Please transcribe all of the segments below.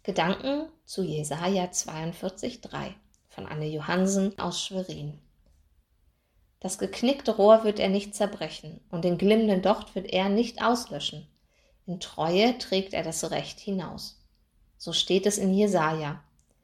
Gedanken zu Jesaja 42,3 von Anne Johansen aus Schwerin. Das geknickte Rohr wird er nicht zerbrechen und den glimmenden Docht wird er nicht auslöschen. In Treue trägt er das Recht hinaus. So steht es in Jesaja.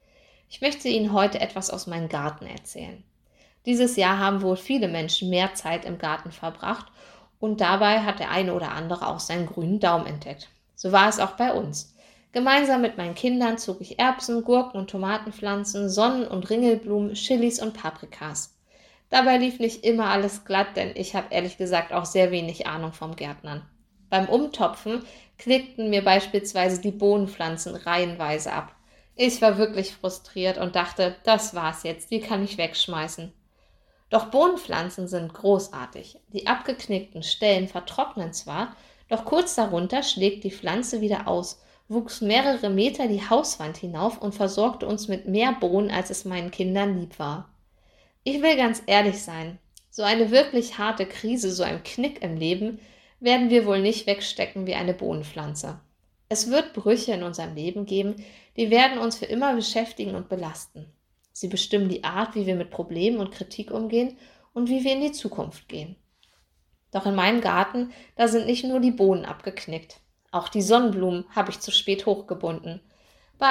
Ich möchte Ihnen heute etwas aus meinem Garten erzählen. Dieses Jahr haben wohl viele Menschen mehr Zeit im Garten verbracht und dabei hat der eine oder andere auch seinen grünen Daumen entdeckt. So war es auch bei uns. Gemeinsam mit meinen Kindern zog ich Erbsen, Gurken und Tomatenpflanzen, Sonnen- und Ringelblumen, Chilis und Paprikas. Dabei lief nicht immer alles glatt, denn ich habe ehrlich gesagt auch sehr wenig Ahnung vom Gärtnern. Beim Umtopfen knickten mir beispielsweise die Bohnenpflanzen reihenweise ab. Ich war wirklich frustriert und dachte, das war's jetzt, die kann ich wegschmeißen. Doch Bohnenpflanzen sind großartig. Die abgeknickten Stellen vertrocknen zwar, doch kurz darunter schlägt die Pflanze wieder aus, wuchs mehrere Meter die Hauswand hinauf und versorgte uns mit mehr Bohnen, als es meinen Kindern lieb war. Ich will ganz ehrlich sein, so eine wirklich harte Krise, so ein Knick im Leben, werden wir wohl nicht wegstecken wie eine Bohnenpflanze. Es wird Brüche in unserem Leben geben, die werden uns für immer beschäftigen und belasten. Sie bestimmen die Art, wie wir mit Problemen und Kritik umgehen und wie wir in die Zukunft gehen. Doch in meinem Garten, da sind nicht nur die Bohnen abgeknickt. Auch die Sonnenblumen habe ich zu spät hochgebunden. Bei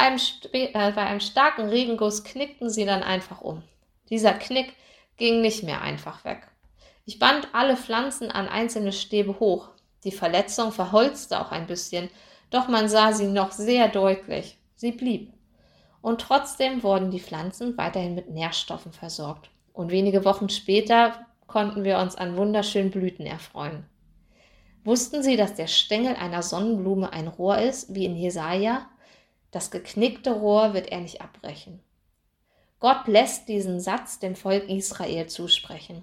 einem starken Regenguss knickten sie dann einfach um. Dieser Knick ging nicht mehr einfach weg. Ich band alle Pflanzen an einzelne Stäbe hoch. Die Verletzung verholzte auch ein bisschen, doch man sah sie noch sehr deutlich. Sie blieb. Und trotzdem wurden die Pflanzen weiterhin mit Nährstoffen versorgt. Und wenige Wochen später konnten wir uns an wunderschönen Blüten erfreuen. Wussten Sie, dass der Stängel einer Sonnenblume ein Rohr ist, wie in Jesaja? Das geknickte Rohr wird er nicht abbrechen. Gott lässt diesen Satz dem Volk Israel zusprechen.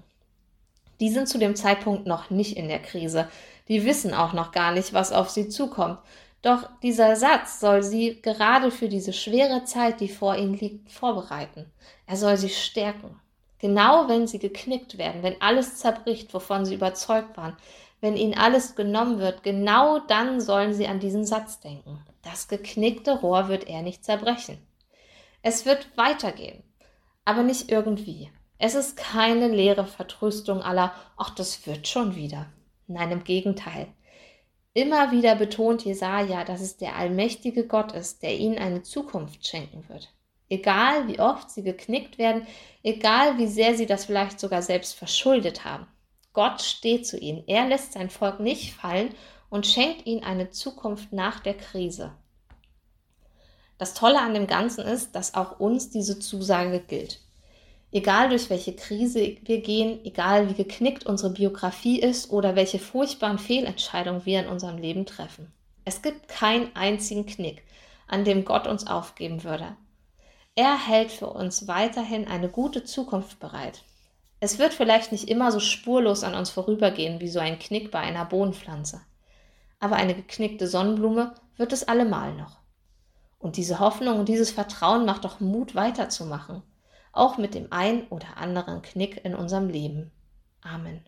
Die sind zu dem Zeitpunkt noch nicht in der Krise. Die wissen auch noch gar nicht, was auf sie zukommt. Doch dieser Satz soll sie gerade für diese schwere Zeit, die vor ihnen liegt, vorbereiten. Er soll sie stärken. Genau wenn sie geknickt werden, wenn alles zerbricht, wovon sie überzeugt waren, wenn ihnen alles genommen wird, genau dann sollen sie an diesen Satz denken. Das geknickte Rohr wird er nicht zerbrechen. Es wird weitergehen, aber nicht irgendwie. Es ist keine leere Vertröstung aller, ach, das wird schon wieder. Nein, im Gegenteil. Immer wieder betont Jesaja, dass es der allmächtige Gott ist, der ihnen eine Zukunft schenken wird. Egal, wie oft sie geknickt werden, egal, wie sehr sie das vielleicht sogar selbst verschuldet haben. Gott steht zu ihnen. Er lässt sein Volk nicht fallen und schenkt ihnen eine Zukunft nach der Krise. Das Tolle an dem Ganzen ist, dass auch uns diese Zusage gilt. Egal durch welche Krise wir gehen, egal wie geknickt unsere Biografie ist oder welche furchtbaren Fehlentscheidungen wir in unserem Leben treffen. Es gibt keinen einzigen Knick, an dem Gott uns aufgeben würde. Er hält für uns weiterhin eine gute Zukunft bereit. Es wird vielleicht nicht immer so spurlos an uns vorübergehen wie so ein Knick bei einer Bohnenpflanze. Aber eine geknickte Sonnenblume wird es allemal noch. Und diese Hoffnung und dieses Vertrauen macht doch Mut, weiterzumachen. Auch mit dem ein oder anderen Knick in unserem Leben. Amen.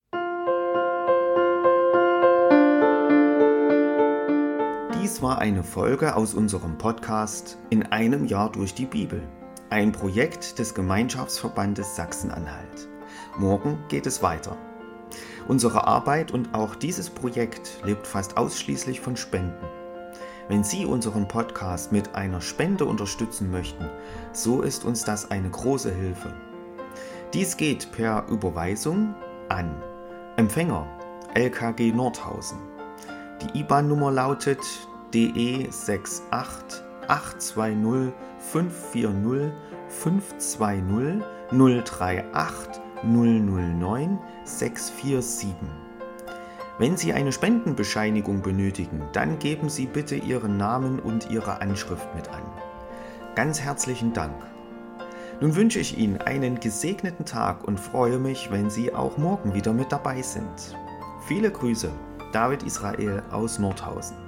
Dies war eine Folge aus unserem Podcast In einem Jahr durch die Bibel, ein Projekt des Gemeinschaftsverbandes Sachsen-Anhalt. Morgen geht es weiter. Unsere Arbeit und auch dieses Projekt lebt fast ausschließlich von Spenden. Wenn Sie unseren Podcast mit einer Spende unterstützen möchten, so ist uns das eine große Hilfe. Dies geht per Überweisung an Empfänger LKG Nordhausen. Die IBAN-Nummer lautet DE 68820 540 520 038 009 647. Wenn Sie eine Spendenbescheinigung benötigen, dann geben Sie bitte Ihren Namen und Ihre Anschrift mit an. Ganz herzlichen Dank. Nun wünsche ich Ihnen einen gesegneten Tag und freue mich, wenn Sie auch morgen wieder mit dabei sind. Viele Grüße, David Israel aus Nordhausen.